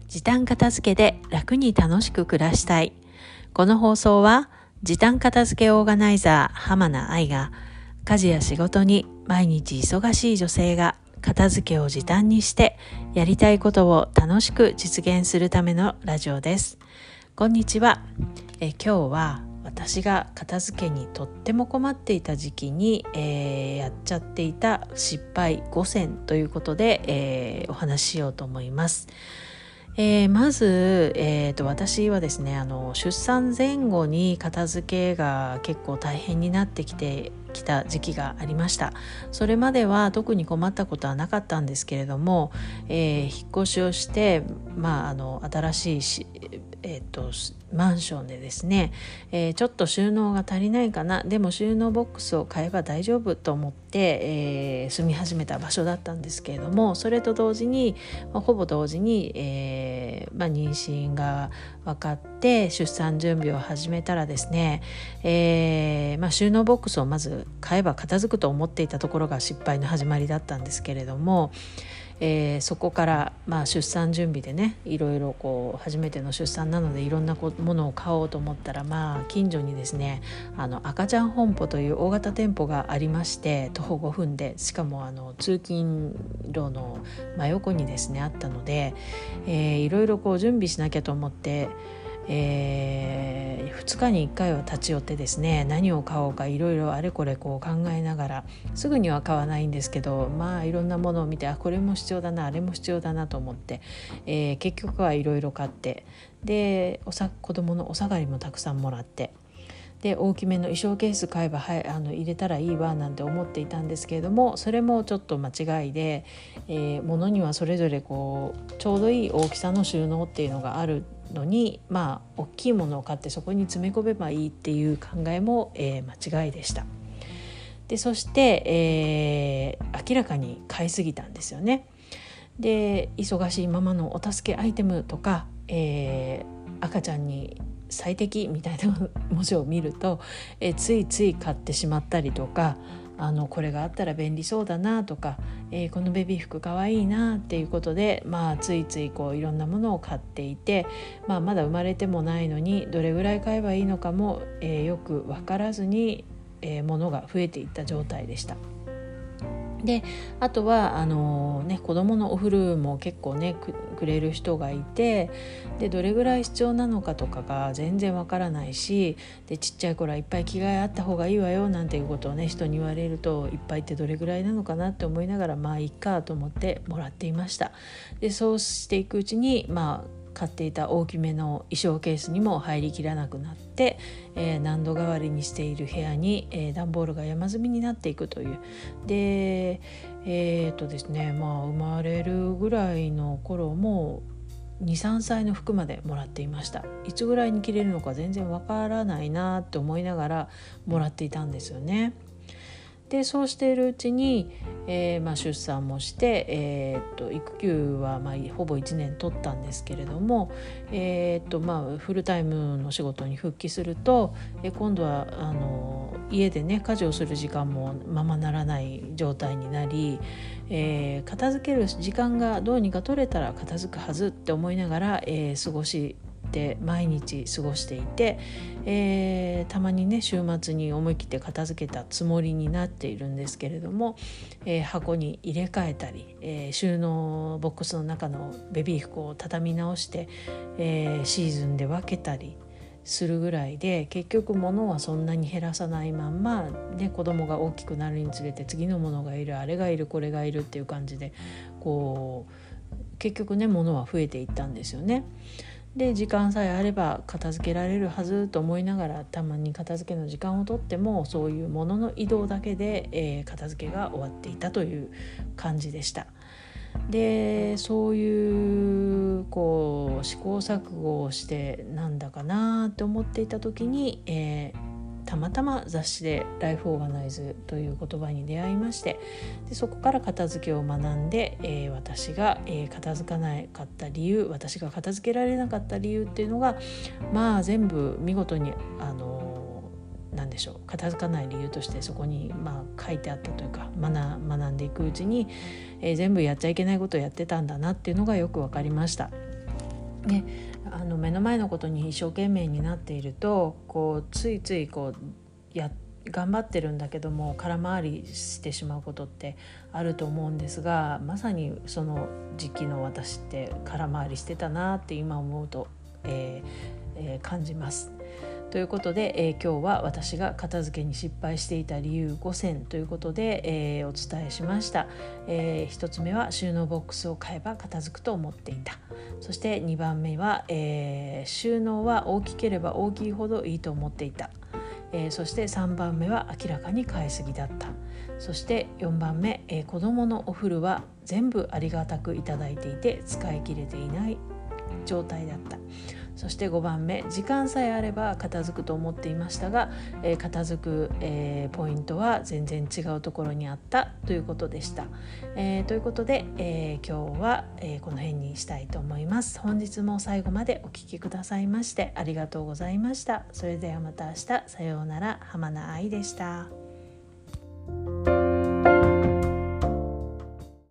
時短片付けで楽に楽しく暮らしたい。この放送は時短片付けオーガナイザー浜名愛が家事や仕事に毎日忙しい女性が片付けを時短にしてやりたいことを楽しく実現するためのラジオです。こんにちは。今日は私が片付けにとっても困っていた時期に、やっちゃっていた失敗5選ということで、お話ししようと思います。まず、私はですね出産前後に片付けが結構大変になってきた時期がありました。それまでは特に困ったことはなかったんですけれども、引っ越しをして、新しいマンションでですね、ちょっと収納が足りないかな、でも収納ボックスを買えば大丈夫と思って、住み始めた場所だったんですけれども、それと同時に、ほぼ同時に、妊娠が分かって出産準備を始めたらですね、収納ボックスをまず買えば片付くと思っていたところが失敗の始まりだったんですけれども、そこから、出産準備でね、いろいろ初めての出産なのでいろんなものを買おうと思ったら、近所にですね赤ちゃん本舗という大型店舗がありまして、徒歩5分で、しかも通勤路の真横にですねあったので、いろいろ準備しなきゃと思って、2日に1回は立ち寄ってですね、何を買おうかいろいろあれこれ考えながら、すぐには買わないんですけど、いろんなものを見て、これも必要だな、あれも必要だなと思って、結局はいろいろ買って、で子供のお下がりもたくさんもらって、で大きめの衣装ケース買えば、入れたらいいわなんて思っていたんですけれども、それもちょっと間違いで、物にはそれぞれちょうどいい大きさの収納っていうのがあるのに、大きいものを買ってそこに詰め込めばいいっていう考えも、間違いでした。でそして、明らかに買いすぎたんですよね。で忙しいママのお助けアイテムとか、赤ちゃんに最適みたいな文字を見ると、ついつい買ってしまったりとか、これがあったら便利そうだなとか、このベビー服かわいいなっていうことで、ついついいろんなものを買っていて、まだ生まれてもないのにどれぐらい買えばいいのかも、よく分からずに、物が増えていった状態でした。であとは子供のお風呂も結構ねくれる人がいて、でどれぐらい必要なのかとかが全然わからないし、でちっちゃい頃はいっぱい着替えあった方がいいわよなんていうことをね人に言われると、いっぱいってどれぐらいなのかなって思いながら、いっかと思ってもらっていました。でそうしていくうちに買っていた大きめの衣装ケースにも入りきらなくなって、何度代わりにしている部屋に、段ボールが山積みになっていくという。でですね、生まれるぐらいの頃も 2,3 歳の服までもらっていました。いつぐらいに着れるのか全然わからないなって思いながらもらっていたんですよね。でそうしているうちに、出産もして、育休はほぼ1年取ったんですけれども、フルタイムの仕事に復帰すると、今度は家でね家事をする時間もままならない状態になり、片付ける時間がどうにか取れたら片付くはずって思いながら、毎日過ごしていて、たまにね週末に思い切って片付けたつもりになっているんですけれども、箱に入れ替えたり、収納ボックスの中のベビー服を畳み直して、シーズンで分けたりするぐらいで、結局物はそんなに減らさないまんま、子供が大きくなるにつれて次のものがいる、あれがいる、これがいるっていう感じで結局ね物は増えていったんですよね。で時間さえあれば片付けられるはずと思いながら、たまに片付けの時間をとってもそういうものの移動だけで、片付けが終わっていたという感じでした。でそういう試行錯誤をしてなんだかなと思っていた時に、たまたま雑誌でライフオーガナイズという言葉に出会いまして、でそこから片付けを学んで、私が、片付かなかった理由、私が片付けられなかった理由っていうのが全部見事に何でしょう、片付かない理由としてそこに書いてあったというか、学んでいくうちに、全部やっちゃいけないことをやってたんだなっていうのがよく分かりました。 ね、目の前のことに一生懸命になっているとついつい頑張ってるんだけども空回りしてしまうことってあると思うんですが、まさにその時期の私って空回りしてたなって今思うと、感じます。ということで、今日は私が片付けに失敗していた理由5選ということで、お伝えしました。1つ目は収納ボックスを買えば片付くと思っていた。そして2番目は、収納は大きければ大きいほどいいと思っていた。そして3番目は明らかに買いすぎだった。そして4番目、子どものお風呂は全部ありがたくいただいていて使い切れていない状態だった。そして5番目、時間さえあれば片付くと思っていましたが、片付く、ポイントは全然違うところにあったということでした。ということで、今日は、この辺にしたいと思います。本日も最後までお聞きくださいましてありがとうございました。それではまた明日、さようなら。浜名愛でした。